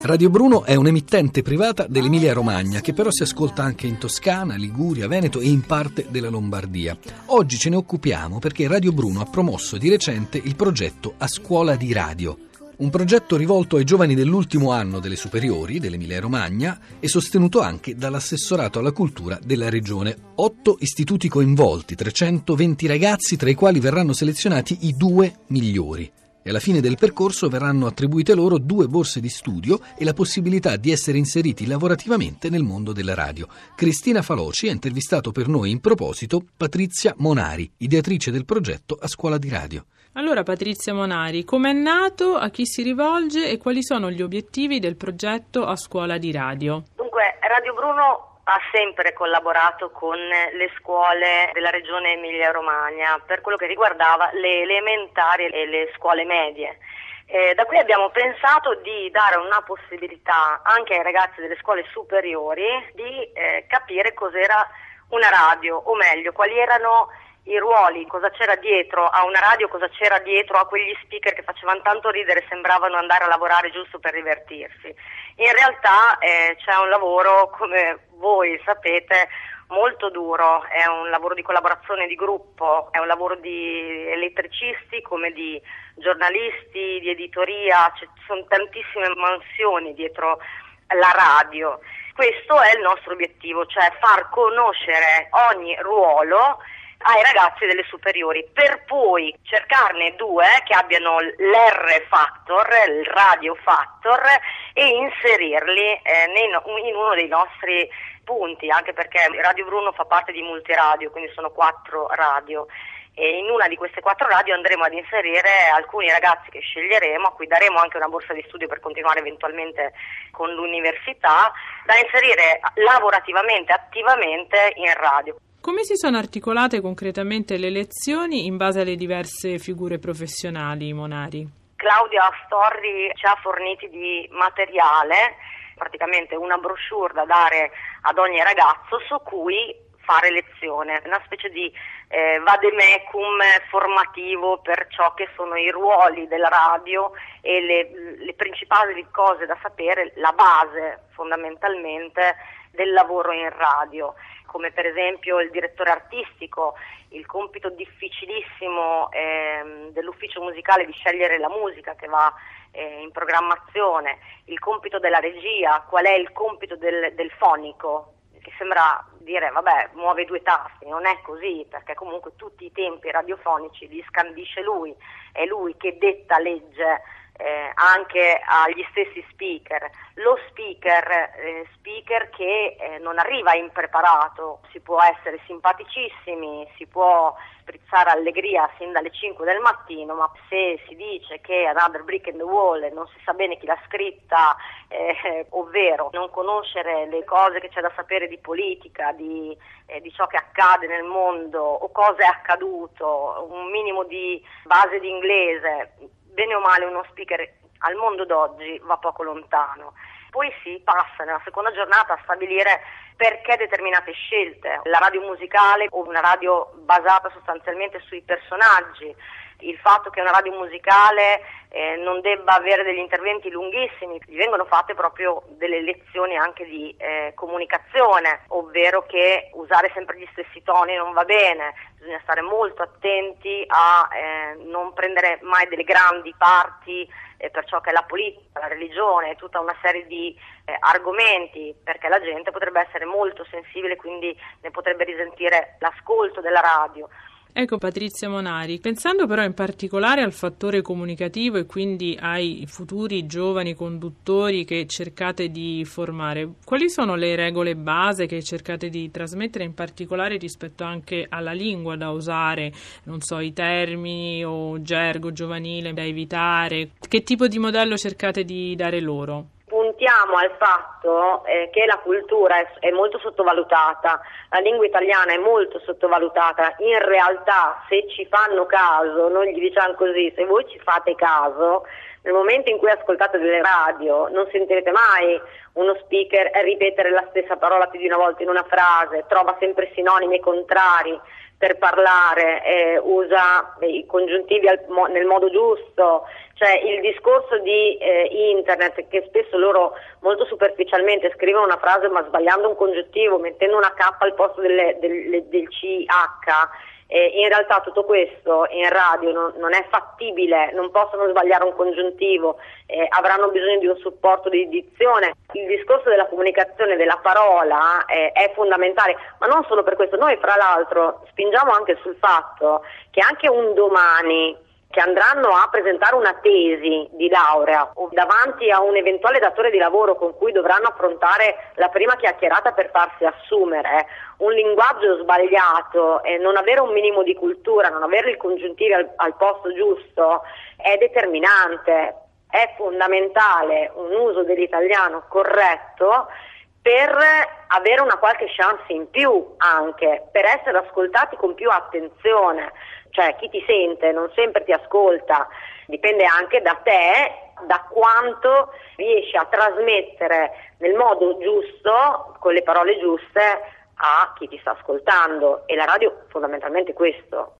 Radio Bruno è un'emittente privata dell'Emilia-Romagna che però si ascolta anche in Toscana, Liguria, Veneto e in parte della Lombardia. Oggi ce ne occupiamo perché Radio Bruno ha promosso di recente il progetto A Scuola di Radio. Un progetto rivolto ai giovani dell'ultimo anno delle superiori dell'Emilia-Romagna e sostenuto anche dall'assessorato alla cultura della regione. 8 istituti coinvolti, 320 ragazzi tra i quali verranno selezionati i 2 migliori. E alla fine del percorso verranno attribuite loro 2 borse di studio e la possibilità di essere inseriti lavorativamente nel mondo della radio. Cristina Faloci ha intervistato per noi in proposito Patrizia Monari, ideatrice del progetto A Scuola di Radio. Allora Patrizia Monari, come è nato, a chi si rivolge e quali sono gli obiettivi del progetto A Scuola di Radio? Dunque, Radio Bruno ha sempre collaborato con le scuole della regione Emilia-Romagna per quello che riguardava le elementari e le scuole medie. Da qui abbiamo pensato di dare una possibilità anche ai ragazzi delle scuole superiori di capire cos'era una radio, o meglio, quali erano i ruoli, cosa c'era dietro a una radio, cosa c'era dietro a quegli speaker che facevano tanto ridere, sembravano andare a lavorare giusto per divertirsi. In realtà c'è un lavoro, come voi sapete, molto duro, è un lavoro di collaborazione di gruppo, è un lavoro di elettricisti come di giornalisti, di editoria, ci sono tantissime mansioni dietro la radio. Questo è il nostro obiettivo, cioè far conoscere ogni ruolo ai ragazzi delle superiori, per poi cercarne 2 che abbiano l'R Factor, il Radio Factor, e inserirli in uno dei nostri punti, anche perché Radio Bruno fa parte di Multiradio, quindi sono 4 radio, e in una di queste 4 radio andremo ad inserire alcuni ragazzi che sceglieremo, a cui daremo anche una borsa di studio per continuare eventualmente con l'università, da inserire lavorativamente, attivamente in radio. Come si sono articolate concretamente le lezioni in base alle diverse figure professionali, Monari? Claudia Astorri ci ha forniti di materiale, praticamente una brochure da dare ad ogni ragazzo su cui fare lezione, una specie di vademecum formativo per ciò che sono i ruoli della radio e le principali cose da sapere, la base fondamentalmente del lavoro in radio, come per esempio il direttore artistico, il compito difficilissimo dell'ufficio musicale di scegliere la musica che va in programmazione, il compito della regia, qual è il compito del fonico, che sembra dire vabbè muove 2 tasti, non è così, perché comunque tutti i tempi radiofonici li scandisce lui, è lui che detta legge anche agli stessi speaker. Lo speaker che non arriva impreparato, si può essere simpaticissimi, si può sprizzare allegria sin dalle 5 del mattino, ma se si dice che Another Brick in the Wall non si sa bene chi l'ha scritta, ovvero non conoscere le cose che c'è da sapere di politica, di ciò che accade nel mondo o cosa è accaduto, un minimo di base di inglese, bene o male uno speaker al mondo d'oggi va poco lontano. Poi si passa nella seconda giornata a stabilire perché determinate scelte, la radio musicale o una radio basata sostanzialmente sui personaggi, il fatto che una radio musicale non debba avere degli interventi lunghissimi, gli vengono fatte proprio delle lezioni anche di comunicazione, ovvero che usare sempre gli stessi toni non va bene, bisogna stare molto attenti a non prendere mai delle grandi parti per ciò che è la politica, la religione, tutta una serie di argomenti, perché la gente potrebbe essere molto sensibile, quindi ne potrebbe risentire l'ascolto della radio. Ecco Patrizia Monari, pensando però in particolare al fattore comunicativo e quindi ai futuri giovani conduttori che cercate di formare, quali sono le regole base che cercate di trasmettere, in particolare rispetto anche alla lingua da usare, non so, i termini o gergo giovanile da evitare, che tipo di modello cercate di dare loro? Puntiamo al fatto che la cultura è molto sottovalutata, la lingua italiana è molto sottovalutata. In realtà, se ci fanno caso, noi gli diciamo così, se voi ci fate caso, Nel momento in cui ascoltate delle radio non sentirete mai uno speaker ripetere la stessa parola più di una volta in una frase, trova sempre sinonimi contrari per parlare, usa i congiuntivi nel modo giusto. Cioè il discorso di internet, che spesso loro molto superficialmente scrivono una frase ma sbagliando un congiuntivo, mettendo una K al posto del CH, in realtà tutto questo in radio non è fattibile, non possono sbagliare un congiuntivo, avranno bisogno di un supporto di dizione. Il discorso della comunicazione della parola è fondamentale, ma non solo per questo. Noi fra l'altro spingiamo anche sul fatto che anche un domani che andranno a presentare una tesi di laurea o davanti a un eventuale datore di lavoro con cui dovranno affrontare la prima chiacchierata per farsi assumere, un linguaggio sbagliato e non avere un minimo di cultura, non avere il congiuntivo al posto giusto è determinante. È fondamentale un uso dell'italiano corretto per avere una qualche chance in più, anche per essere ascoltati con più attenzione. Cioè chi ti sente non sempre ti ascolta, dipende anche da te, da quanto riesci a trasmettere nel modo giusto, con le parole giuste, a chi ti sta ascoltando, e la radio fondamentalmente questo.